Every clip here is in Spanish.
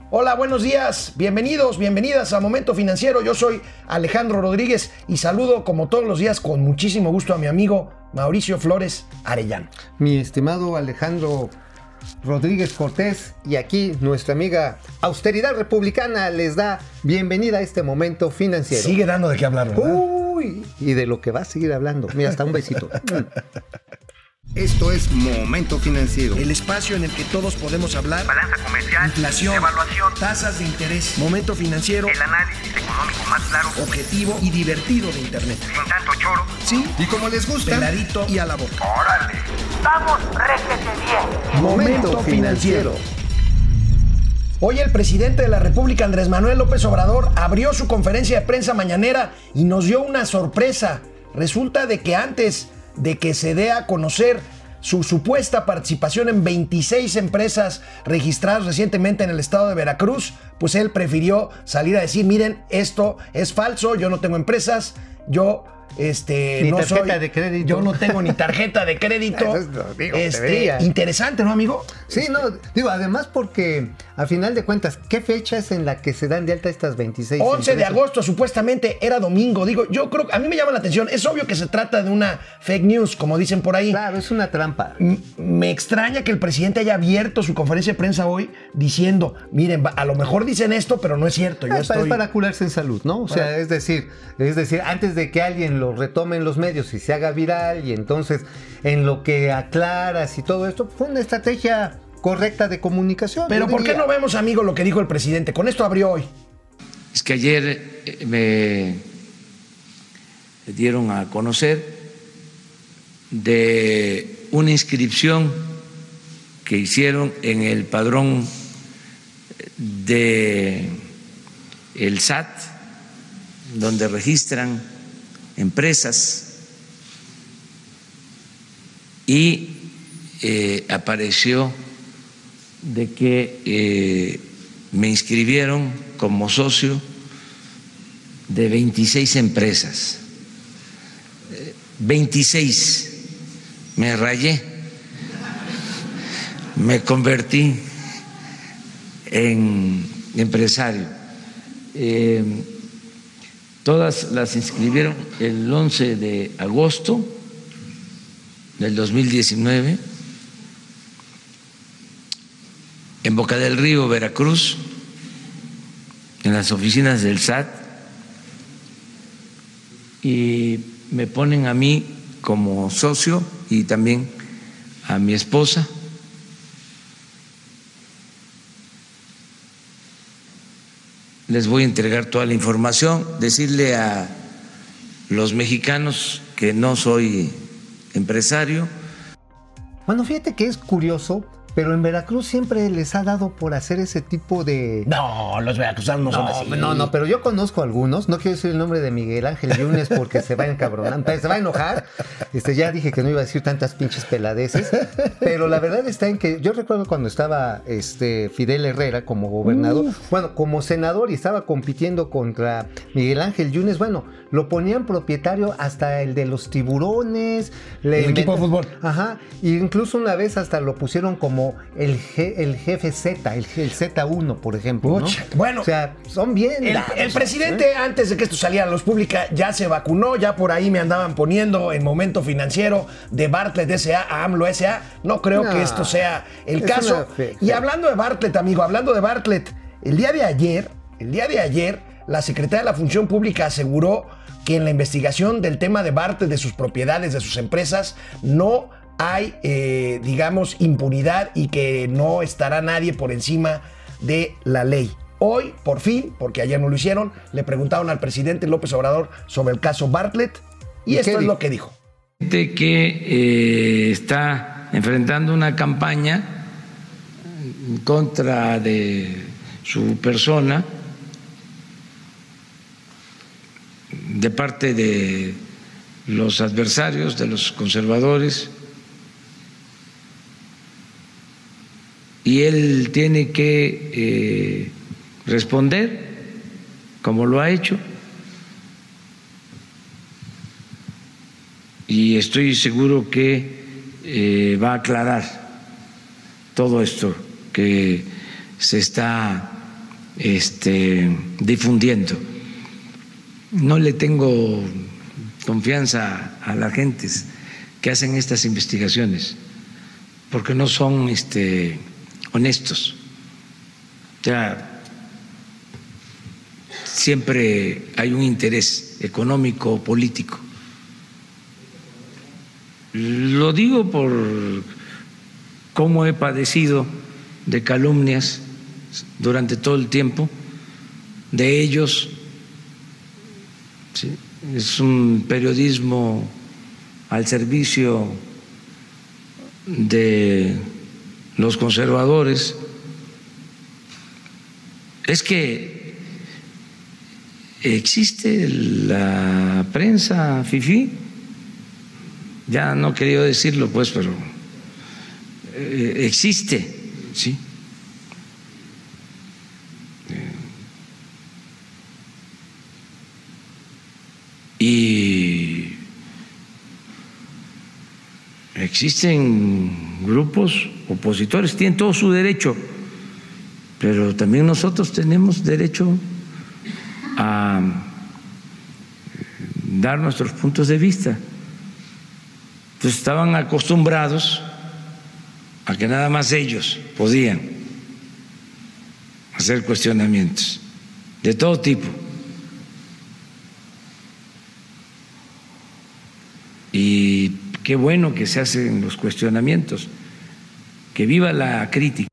Hola, buenos días, bienvenidos, bienvenidas a Momento Financiero. Yo soy Alejandro Rodríguez y saludo como todos los días con muchísimo gusto a mi amigo Mauricio Flores Arellano. Mi estimado Alejandro Rodríguez Cortés, y aquí nuestra amiga Austeridad Republicana les da bienvenida a este Momento Financiero. Sigue dando de qué hablar, ¿verdad? Uy, y de lo que va a seguir hablando. Mira, hasta un besito. Esto es Momento Financiero. El espacio en el que todos podemos hablar. Balanza comercial, inflación, evaluación, tasas de interés. Momento Financiero. el análisis económico más claro, Objetivo y divertido de Internet. sin tanto choro. Sí, Y como les gusta, peladito y a la boca. ¡Órale! ¡Vamos, réjete bien! Momento Financiero. Hoy el presidente de la República, Andrés Manuel López Obrador, abrió su conferencia de prensa mañanera y nos dio una sorpresa. Resulta de que antes de que se dé a conocer su supuesta participación en 26 empresas registradas recientemente en el estado de Veracruz, pues él prefirió salir a decir, miren, esto es falso, yo no tengo empresas, yo Ni no tarjeta soy, de crédito. yo no tengo ni tarjeta de crédito. Eso lo digo, debería. Interesante, ¿no, amigo? Sí, no, digo, además porque a final de cuentas, ¿qué fecha es en la que se dan de alta estas 26 11 de empresas? agosto, supuestamente era domingo. Digo, yo creo, a mí me llama la atención. Es obvio que se trata de una fake news, como dicen por ahí. Claro, es una trampa. Me extraña que el presidente haya abierto su conferencia de prensa hoy diciendo, miren, a lo mejor dicen esto, pero no es cierto. Es para curarse en salud, ¿no? O sea, es decir, antes de que alguien lo retome en los medios y se haga viral, y entonces en lo que aclaras y todo esto, fue una estrategia correcta de comunicación. Pero yo ¿por qué diría. no vemos, amigo, lo que dijo el presidente? Con esto abrió hoy. Es que ayer me dieron a conocer de una inscripción que hicieron en el padrón de el SAT, donde registran empresas, y apareció de que me inscribieron como socio de 26 empresas. 26. Me rayé. Me convertí en empresario. Todas las inscribieron el 11 de agosto del 2019 en Boca del Río, Veracruz, en las oficinas del SAT, y me ponen a mí como socio y también a mi esposa. Les voy a entregar toda la información, decirle a los mexicanos que no soy empresario. Bueno, fíjate que es curioso, pero en Veracruz siempre les ha dado por hacer ese tipo de... No, los veracruzanos no son así. No, pero yo conozco algunos, no quiero decir el nombre de Miguel Ángel Yunes porque se va a encabronar, se va a enojar. Ya dije que no iba a decir tantas pinches peladeces, pero la verdad está en que yo recuerdo cuando estaba Fidel Herrera como gobernador, bueno, como senador, y estaba compitiendo contra Miguel Ángel Yunes, bueno, lo ponían propietario hasta el de los tiburones. El equipo de fútbol. Ajá, y incluso una vez hasta lo pusieron como el jefe Z, el Z1, por ejemplo, ¿no? Bueno, o sea, son bien. El presidente, antes de que esto saliera a la luz pública, ya se vacunó. Ya por ahí me andaban poniendo en Momento Financiero de Bartlett S.A. a AMLO S.A. No creo que esto sea el caso. Y hablando de Bartlett, amigo, hablando de Bartlett, el día de ayer, la secretaria de la Función Pública aseguró que en la investigación del tema de Bartlett, de sus propiedades, de sus empresas, no hay, digamos, impunidad y que no estará nadie por encima de la ley. Hoy, por fin, porque ayer no lo hicieron, le preguntaron al presidente López Obrador sobre el caso Bartlett y esto es lo que dijo. Que está enfrentando una campaña en contra de su persona de parte de los adversarios, de los conservadores, y él tiene que responder como lo ha hecho, y estoy seguro que va a aclarar todo esto que se está difundiendo. No le tengo confianza a las gentes que hacen estas investigaciones porque no son honestos. O sea, siempre hay un interés económico o político. Lo digo por cómo he padecido de calumnias durante todo el tiempo de ellos. ¿Sí? Es un periodismo al servicio de los conservadores. Es que existe la prensa fifí, ya no quería decirlo pues, pero existe, ¿sí? Y existen grupos opositores, tienen todo su derecho, pero también nosotros tenemos derecho a dar nuestros puntos de vista. Entonces estaban acostumbrados a que nada más ellos podían hacer cuestionamientos de todo tipo. Y qué bueno que se hacen los cuestionamientos. Que viva la crítica.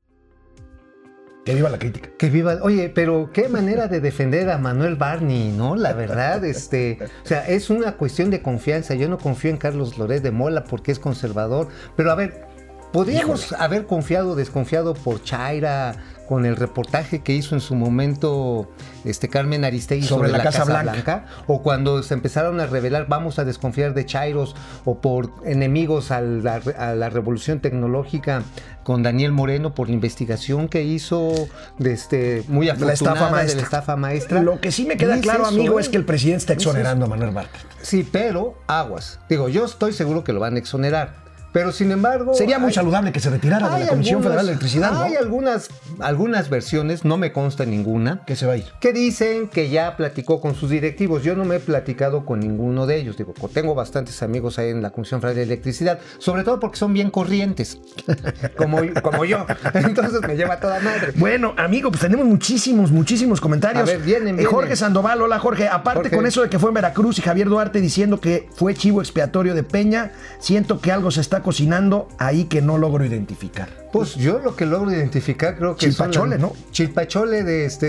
Que viva la crítica. Que viva. Oye, pero qué manera de defender a Manuel Barney, ¿no? La verdad, o sea, es una cuestión de confianza. Yo no confío en Carlos Loret de Mola porque es conservador. Pero a ver, podríamos haber desconfiado por Chaira con el reportaje que hizo en su momento Carmen Aristegui sobre la Casa Blanca, o cuando se empezaron a revelar, vamos a desconfiar de Chairos, o por enemigos a la revolución tecnológica con Daniel Moreno por la investigación que hizo muy afortunada de la estafa maestra. Lo que sí me queda claro, amigo, es que el presidente está exonerando a Manuel Bartlett. Sí, pero aguas. Digo, yo estoy seguro que lo van a exonerar. Pero sin embargo... Sería muy saludable que se retirara de la Comisión Federal de Electricidad, ¿no? Hay algunas versiones, no me consta ninguna, que se va a ir, que dicen que ya platicó con sus directivos. Yo no me he platicado con ninguno de ellos. Digo, tengo bastantes amigos ahí en la Comisión Federal de Electricidad, sobre todo porque son bien corrientes, como yo. Entonces me lleva toda madre. Bueno, amigo, pues tenemos muchísimos comentarios. A ver, vienen. Jorge Sandoval, hola Jorge. Aparte con eso de que fue en Veracruz y Javier Duarte diciendo que fue chivo expiatorio de Peña, siento que algo se está cocinando ahí que no logro identificar. Pues yo lo que logro identificar creo que Chilpachole, ¿no? Chilpachole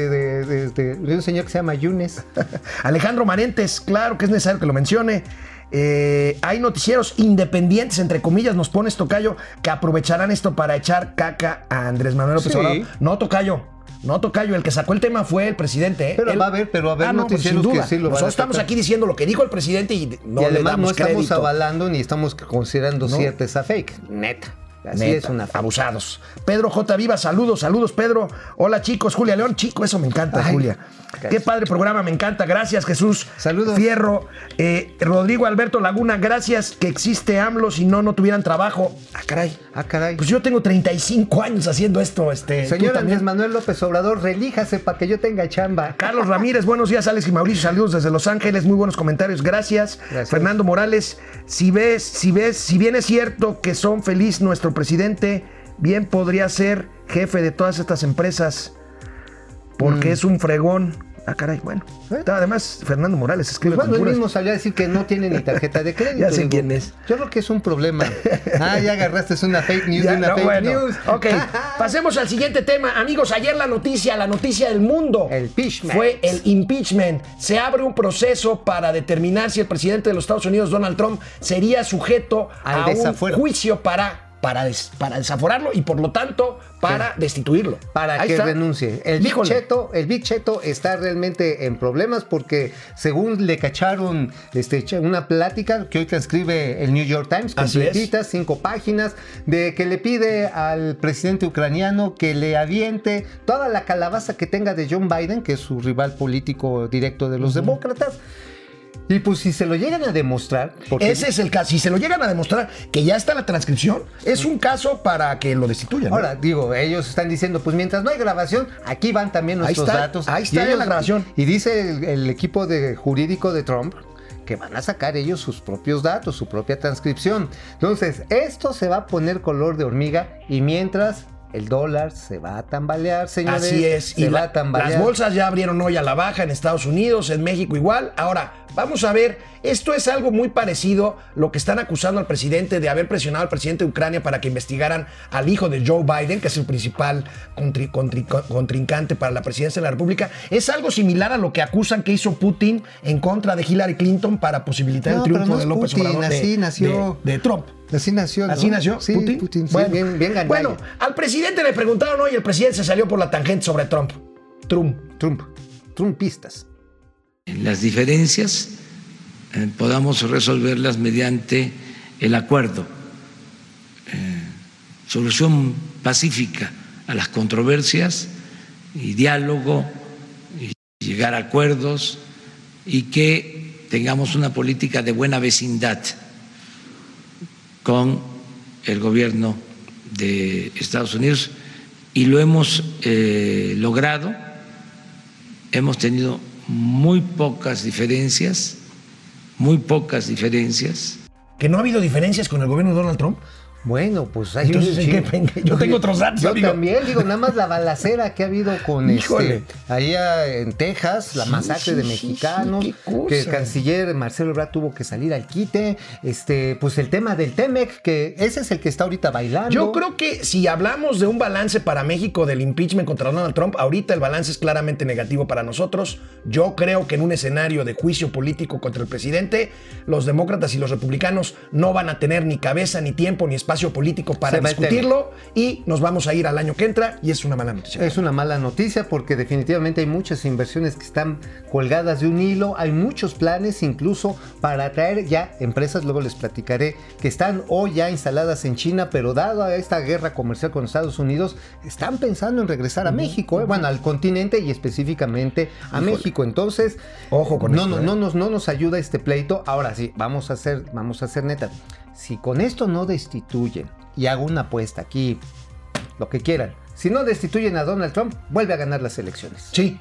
de un señor que se llama Yunes. Alejandro Marentes, claro que es necesario que lo mencione. Hay noticieros independientes, entre comillas, nos pones, tocayo, que aprovecharán esto para echar caca a Andrés Manuel López Obrador. No, tocayo, el que sacó el tema fue el presidente. Pero va a haber noticieros que sí lo van a Nosotros estamos aquí diciendo lo que dijo el presidente y no le damos crédito. Estamos avalando ni estamos considerando cierta esa fake. Neta. Así es una fake. Abusados. Pedro J. Viva, saludos Pedro. Hola chicos, Julia León, chico, eso me encanta. Julia. Gracias. Qué padre programa, me encanta. Gracias, Jesús. Saludos. Fierro. Rodrigo Alberto Laguna, gracias que existe AMLO, si no tuvieran trabajo. Ah, caray. Pues yo tengo 35 años haciendo esto. Señor Andrés Manuel López Obrador, relíjase para que yo tenga chamba. Carlos Ramírez, buenos días, Alex y Mauricio, saludos desde Los Ángeles, muy buenos comentarios, gracias. Fernando Morales, si bien es cierto que son feliz nuestro presidente, bien podría ser jefe de todas estas empresas, porque es un fregón. Ah, caray, bueno. Además, Fernando Morales escribe pues bueno, él mismo salió a decir que no tiene ni tarjeta de crédito. Ya sé quién es. Yo creo que es un problema. Ya agarraste una fake news de una fake news. Ok, pasemos al siguiente tema. Amigos, ayer la noticia del mundo fue el impeachment. Se abre un proceso para determinar si el presidente de los Estados Unidos, Donald Trump, sería sujeto a un juicio para desaforarlo y por lo tanto para destituirlo. Para que renuncie. El Big Cheto está realmente en problemas porque según le cacharon una plática que hoy transcribe el New York Times, completita, 5 páginas, de que le pide al presidente ucraniano que le aviente toda la calabaza que tenga de John Biden, que es su rival político directo de los demócratas. Y pues si se lo llegan a demostrar... Ese es el caso. Si se lo llegan a demostrar que ya está la transcripción, es un caso para que lo destituyan, ¿no? Ahora, digo, ellos están diciendo, pues mientras no hay grabación, aquí van también nuestros datos. Ahí está la grabación. Y dice el equipo jurídico de Trump que van a sacar ellos sus propios datos, su propia transcripción. Entonces, esto se va a poner color de hormiga y mientras... el dólar se va a tambalear, señores. Así es. Se va a tambalear. Las bolsas ya abrieron hoy a la baja en Estados Unidos, en México igual. Ahora, vamos a ver, esto es algo muy parecido lo que están acusando al presidente de haber presionado al presidente de Ucrania para que investigaran al hijo de Joe Biden, que es el principal contrincante para la presidencia de la República. Es algo similar a lo que acusan que hizo Putin en contra de Hillary Clinton para posibilitar el triunfo de López Obrador de Trump. Así nació, ¿no? ¿Así nació? Sí, Putin. Sí, bien gandalla. Bueno, al presidente le preguntaron hoy y el presidente se salió por la tangente sobre Trump. Trumpistas. Las diferencias podamos resolverlas mediante el acuerdo, solución pacífica a las controversias y diálogo y llegar a acuerdos y que tengamos una política de buena vecindad con el gobierno de Estados Unidos y lo hemos logrado. Hemos tenido muy pocas diferencias. ¿Que no ha habido diferencias con el gobierno de Donald Trump? Bueno, pues hay yo tengo otros datos, yo amigo. también, digo, nada más la balacera que ha habido con allá en Texas, la masacre de mexicanos, que el canciller Marcelo Ebrard tuvo que salir al quite, pues el tema del TEMEC, que ese es el que está ahorita bailando. Yo creo que si hablamos de un balance para México del impeachment contra Donald Trump, ahorita el balance es claramente negativo para nosotros. Yo creo que en un escenario de juicio político contra el presidente, los demócratas y los republicanos no van a tener ni cabeza, ni tiempo, ni espacio político para discutirlo y nos vamos a ir al año que entra y es una mala noticia. Es una mala noticia porque definitivamente hay muchas inversiones que están colgadas de un hilo, hay muchos planes incluso para atraer ya empresas, luego les platicaré, que están hoy ya instaladas en China, pero dado a esta guerra comercial con Estados Unidos, están pensando en regresar a México, bueno, al continente y específicamente a México. Entonces, ojo con esto, no nos ayuda este pleito. Ahora sí, vamos a ser neta. Si con esto no destituyen, y hago una apuesta aquí, lo que quieran, si no destituyen a Donald Trump, vuelve a ganar las elecciones. Sí,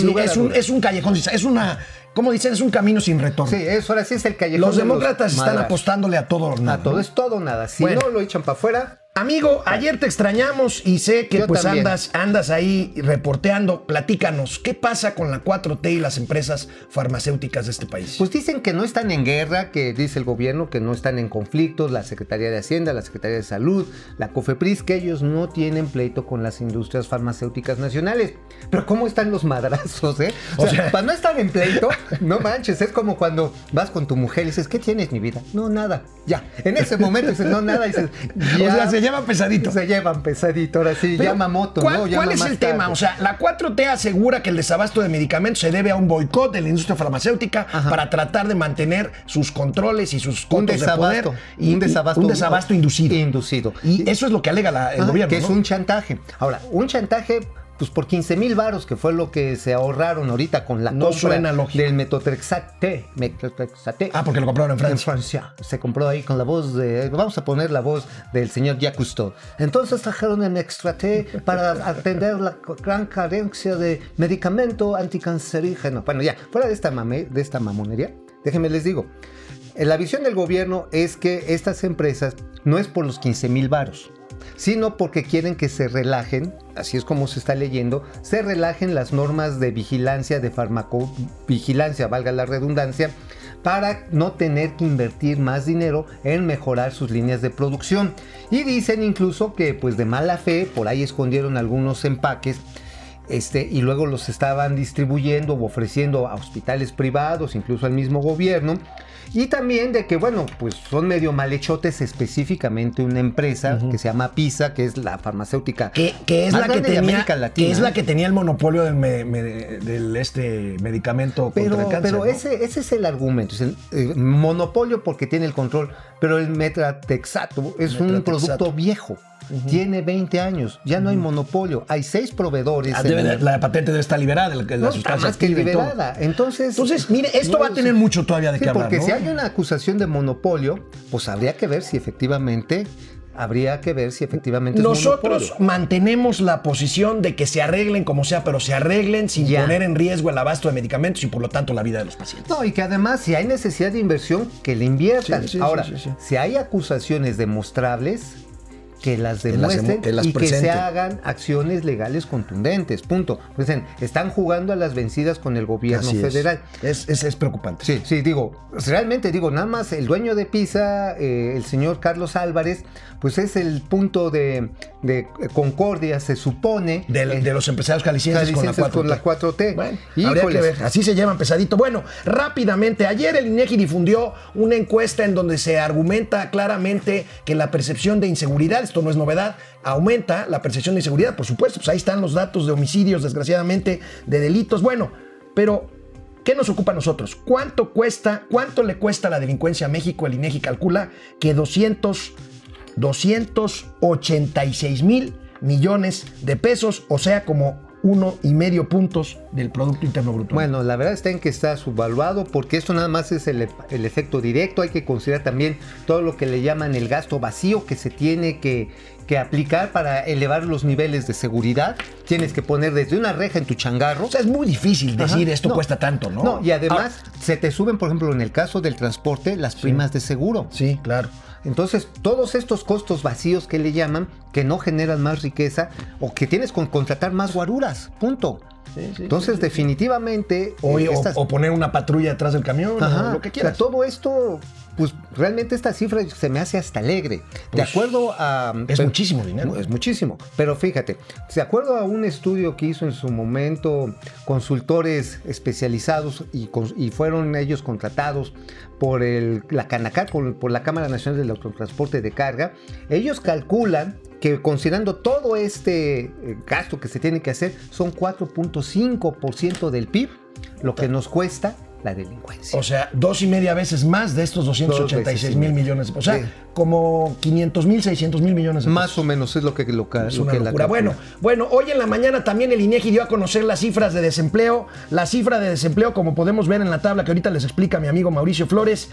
es un callejón, es una, como dicen, es un camino sin retorno. Sí, ahora sí es el callejón. Los demócratas están apostándole a todo o nada. A todo, es todo o nada. Si no lo echan para afuera. Amigo, ayer te extrañamos y sé que pues andas ahí reporteando. Platícanos, ¿qué pasa con la 4T y las empresas farmacéuticas de este país? Pues dicen que no están en guerra, que dice el gobierno que no están en conflictos, la Secretaría de Hacienda, la Secretaría de Salud, la COFEPRIS, que ellos no tienen pleito con las industrias farmacéuticas nacionales. Pero ¿cómo están los madrazos, eh? O sea, para no estar en pleito, no manches, es como cuando vas con tu mujer y dices, ¿qué tienes, mi vida? No, nada, ya. En ese momento dices, no, nada, y dices, ya. O sea, se llevan pesadito. Se llevan pesadito, ahora sí, pero llama moto, ¿cuál, ¿no? Llama ¿Cuál es el tema? O sea, la 4T asegura que el desabasto de medicamentos se debe a un boicot de la industria farmacéutica para tratar de mantener sus controles y sus cotos de poder. Un desabasto inducido. Y eso es lo que alega el gobierno, que ¿no? es un chantaje. Ahora, un chantaje... pues por 15,000 varos, que fue lo que se ahorraron ahorita con la compra del Metotrexate. Porque lo compraron en Francia. Se compró ahí con la voz vamos a poner la voz del señor Jacques Cousteau. Entonces trajeron el Extrate para atender la gran carencia de medicamento anticancerígeno. Bueno, ya, fuera de esta mamonería, déjenme les digo, la visión del gobierno es que estas empresas no es por los 15,000 varos, sino porque quieren que se relajen, así es como se está leyendo, se relajen las normas de vigilancia, de farmacovigilancia, valga la redundancia, para no tener que invertir más dinero en mejorar sus líneas de producción. Y dicen incluso que pues de mala fe, por ahí escondieron algunos empaques, y luego los estaban distribuyendo o ofreciendo a hospitales privados, incluso al mismo gobierno. Y también de que, bueno, pues son medio malhechotes, específicamente una empresa que se llama PISA, que es la farmacéutica que es la que tenía América Latina. Que es la que tenía el monopolio del medicamento contra el cáncer. Pero ¿no? ese es el argumento, es el monopolio porque tiene el control, pero el Metotrexato es un producto viejo. Tiene 20 años, ya no hay monopolio, hay 6 proveedores en La patente debe estar liberada, la sustancia más que activa y todo. liberada. Entonces, mire, esto va a tener mucho todavía de qué hablar, porque ¿no? si hay una acusación de monopolio, pues habría que ver si efectivamente Nosotros es monopolio. mantenemos la posición de que se arreglen como sea, pero se arreglen sin poner en riesgo el abasto de medicamentos y por lo tanto la vida de los pacientes. No, y que además si hay necesidad de inversión, que le inviertan. Ahora, si hay acusaciones demostrables, que las demuestren y que se hagan acciones legales contundentes, punto. Pues dicen, están jugando a las vencidas con el gobierno federal. Es preocupante. Sí, realmente nada más el dueño de PISA, el señor Carlos Álvarez, pues es el punto de concordia, se supone. De los empresarios jaliscienses con la 4T. Bueno, habría que ver, así se llevan pesadito. Bueno, rápidamente, ayer el INEGI difundió una encuesta en donde se argumenta claramente que la percepción de inseguridad, esto no es novedad, aumenta la percepción de inseguridad, por supuesto, pues ahí están los datos de homicidios, desgraciadamente, de delitos. Bueno, pero ¿qué nos ocupa a nosotros? ¿Cuánto le cuesta la delincuencia a México? El INEGI calcula que 286 mil millones de pesos, o sea, como 1,5 puntos del Producto Interno Bruto. Bueno, la verdad está en que está subvaluado, porque esto nada más es el efecto directo. Hay que considerar también todo lo que le llaman el gasto vacío que se tiene que aplicar para elevar los niveles de seguridad. Tienes que poner desde una reja en tu changarro. O sea, es muy difícil decir esto cuesta tanto, ¿no? No, y además se te suben, por ejemplo, en el caso del transporte, las primas de seguro. Sí, claro. Entonces, todos estos costos vacíos que le llaman, que no generan más riqueza o que tienes que contratar más guaruras, punto. Entonces, definitivamente... O poner una patrulla detrás del camión, o lo que quieras. O sea, todo esto, pues realmente esta cifra se me hace hasta alegre. De acuerdo a... Es muchísimo dinero. Es muchísimo. Pero fíjate, de acuerdo a un estudio que hizo en su momento consultores especializados y fueron ellos contratados por la Canacar, por la Cámara Nacional del Autotransporte de Carga, ellos calculan que considerando todo este gasto que se tiene que hacer, son 4.5% del PIB, lo que nos cuesta la delincuencia. O sea, 2.5 veces más de estos 286 mil millones de pesos. O sea, como 500 mil, 600 mil millones de pesos. Más o menos es lo que es una locura. Bueno, hoy en la mañana también el INEGI dio a conocer las cifras de desempleo. La cifra de desempleo, como podemos ver en la tabla que ahorita les explica mi amigo Mauricio Flores,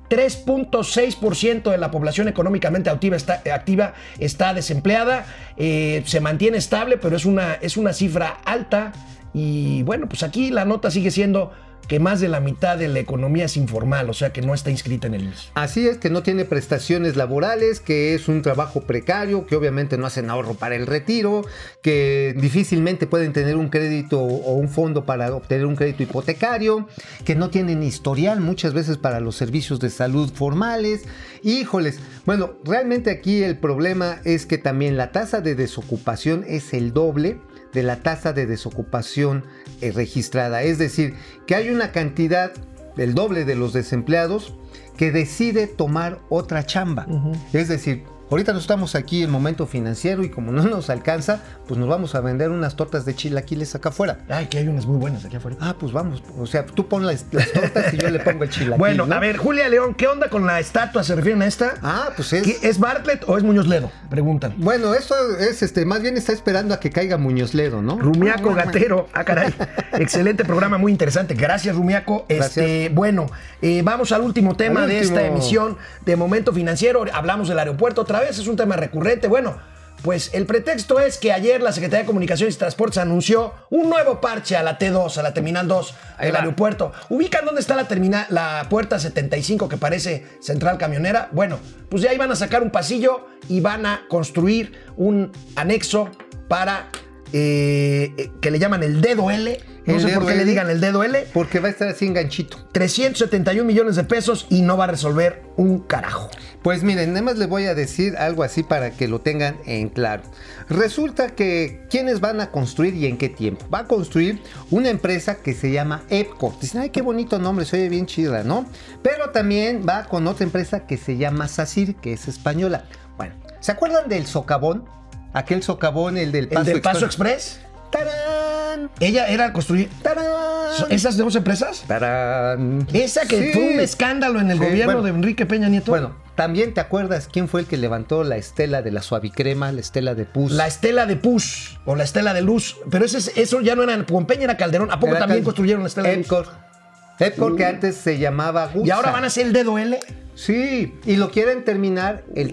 3.6% de la población económicamente activa está desempleada. Se mantiene estable, pero es una cifra alta. Y bueno, pues aquí la nota sigue siendo que más de la mitad de la economía es informal, o sea que no está inscrita en el IMSS. Así es, que no tiene prestaciones laborales, que es un trabajo precario, que obviamente no hacen ahorro para el retiro, que difícilmente pueden tener un crédito o un fondo para obtener un crédito hipotecario, que no tienen historial muchas veces para los servicios de salud formales. Híjoles, bueno, realmente aquí el problema es que también la tasa de desocupación es el doble de la tasa de desocupación registrada. Es decir, que hay una cantidad del doble de los desempleados que decide tomar otra chamba. Es decir, ahorita no estamos aquí en Momento Financiero y como no nos alcanza, pues nos vamos a vender unas tortas de chilaquiles acá afuera. Ay, que hay unas muy buenas aquí afuera. Pues vamos. O sea, tú pon las tortas y yo le pongo el chilaquil. Bueno, ¿no? A ver, Julia León, ¿qué onda con la estatua? ¿Se refieren a esta? Pues es... ¿Es Bartlett o es Muñoz Ledo? Preguntan. Bueno, esto es, más bien está esperando a que caiga Muñoz Ledo, ¿no? Rumiaco Gatero. Caray. Excelente programa, muy interesante. Gracias, Rumiaco. Gracias. Bueno, vamos al último tema de esta emisión de Momento Financiero. Hablamos del aeropuerto otra vez, es un tema recurrente. Bueno, pues el pretexto es que ayer la Secretaría de Comunicaciones y Transportes anunció un nuevo parche a la T2, a la Terminal 2 del aeropuerto. ¿Ubican dónde está la puerta 75 que parece central camionera? Bueno, pues de ahí van a sacar un pasillo y van a construir un anexo para que le llaman el dedo L. No sé por qué le digan el dedo L. Porque va a estar así enganchito. 371 millones de pesos y no va a resolver un carajo. Pues miren, nada más les voy a decir algo así para que lo tengan en claro. Resulta que ¿quiénes van a construir y en qué tiempo? Va a construir una empresa que se llama EPCO. Dicen, ay, qué bonito nombre, se oye bien chida, ¿no? Pero también va con otra empresa que se llama SACIR, que es española. Bueno, ¿se acuerdan del socavón? Aquel socavón, el del Paso Express. ¡Tarán! Ella era construir. ¡Tarán! ¿Esas dos empresas? ¡Tarán! Esa que fue un escándalo en el gobierno de Enrique Peña Nieto. Bueno, ¿También te acuerdas quién fue el que levantó la estela de la suavicrema, la estela de pus? La estela de pus o la estela de luz. Pero eso ya no era Pompeya, era Calderón. ¿A poco Era también construyeron la estela de luz? Epcor, que antes se llamaba Gusa. ¿Y ahora van a hacer el dedo L? Sí, y lo quieren terminar el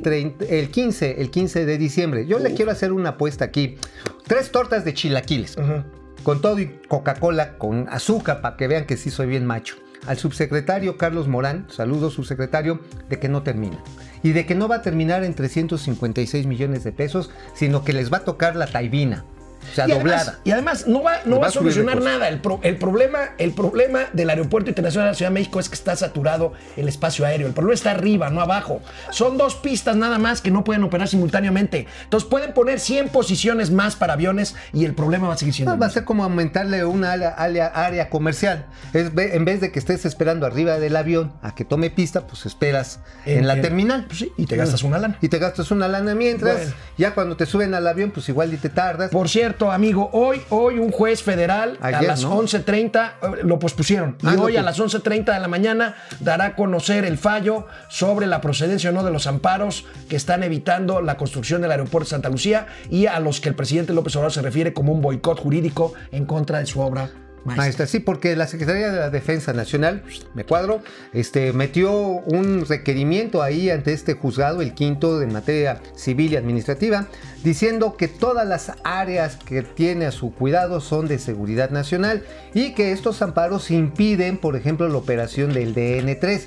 15 de diciembre. Yo le quiero hacer una apuesta aquí. 3 tortas de chilaquiles, con todo y Coca-Cola, con azúcar, para que vean que sí soy bien macho. Al subsecretario Carlos Morán, saludos subsecretario, de que no termina. Y de que no va a terminar en 356 millones de pesos, sino que les va a tocar la taibina. O sea, doblada. Y además no va a solucionar nada. El problema del Aeropuerto Internacional de la Ciudad de México es que está saturado el espacio aéreo. El problema está arriba, no abajo. Son 2 pistas nada más que no pueden operar simultáneamente. Entonces pueden poner 100 posiciones más para aviones y el problema va a seguir siendo va a ser como aumentarle una área comercial. En vez de que estés esperando arriba del avión a que tome pista, pues esperas en la terminal. Pues sí, y te gastas una lana. Y te gastas una lana mientras. Ya cuando te suben al avión, pues igual y te tardas. Por cierto, amigo, hoy un juez federal a las 11:30 lo pospusieron. Y hoy a las 11:30 de la mañana dará a conocer el fallo sobre la procedencia o no de los amparos que están evitando la construcción del aeropuerto de Santa Lucía y a los que el presidente López Obrador se refiere como un boicot jurídico en contra de su obra maestra. Sí, porque la Secretaría de la Defensa Nacional, me cuadro, metió un requerimiento ahí ante este juzgado, el 5º de materia civil y administrativa, diciendo que todas las áreas que tiene a su cuidado son de seguridad nacional y que estos amparos impiden, por ejemplo, la operación del DN3.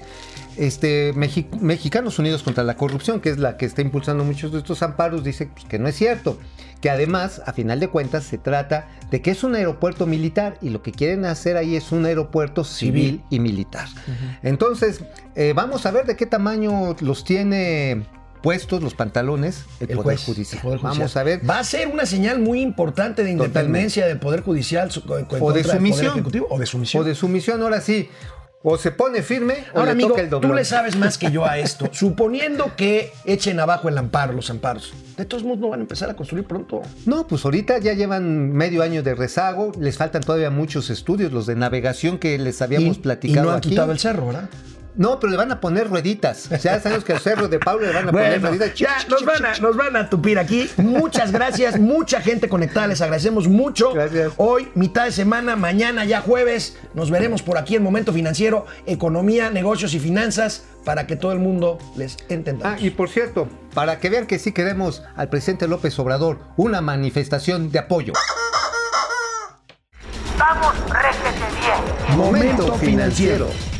Mexicanos Unidos contra la Corrupción, que es la que está impulsando muchos de estos amparos, dice pues, que no es cierto, que además, a final de cuentas, se trata de que es un aeropuerto militar y lo que quieren hacer ahí es un aeropuerto civil y militar. Entonces, vamos a ver de qué tamaño los tiene puestos los pantalones el Poder Judicial. Vamos a ver. Va a ser una señal muy importante de independencia del Poder Judicial o de sumisión. Ejecutivo, o de sumisión. O de sumisión, ahora sí. O se pone firme o ahora, le amigo, toca el doblón. Tú le sabes más que yo a esto. Suponiendo que echen abajo los amparos, de todos modos no van a empezar a construir pronto. No, pues ahorita ya llevan medio año de rezago, les faltan todavía muchos estudios, los de navegación que les habíamos platicado aquí. Y no han quitado el cerro, ¿verdad? No, pero le van a poner rueditas. Ya sabemos que al cerro de Pablo le van a poner rueditas. Ya nos van a tupir aquí. Muchas gracias. Mucha gente conectada. Les agradecemos mucho. Gracias. Hoy, mitad de semana, mañana ya jueves. Nos veremos por aquí en Momento Financiero. Economía, negocios y finanzas para que todo el mundo les entendamos. Y por cierto, para que vean que sí queremos al presidente López Obrador una manifestación de apoyo. Vamos, réjete bien. Momento Financiero.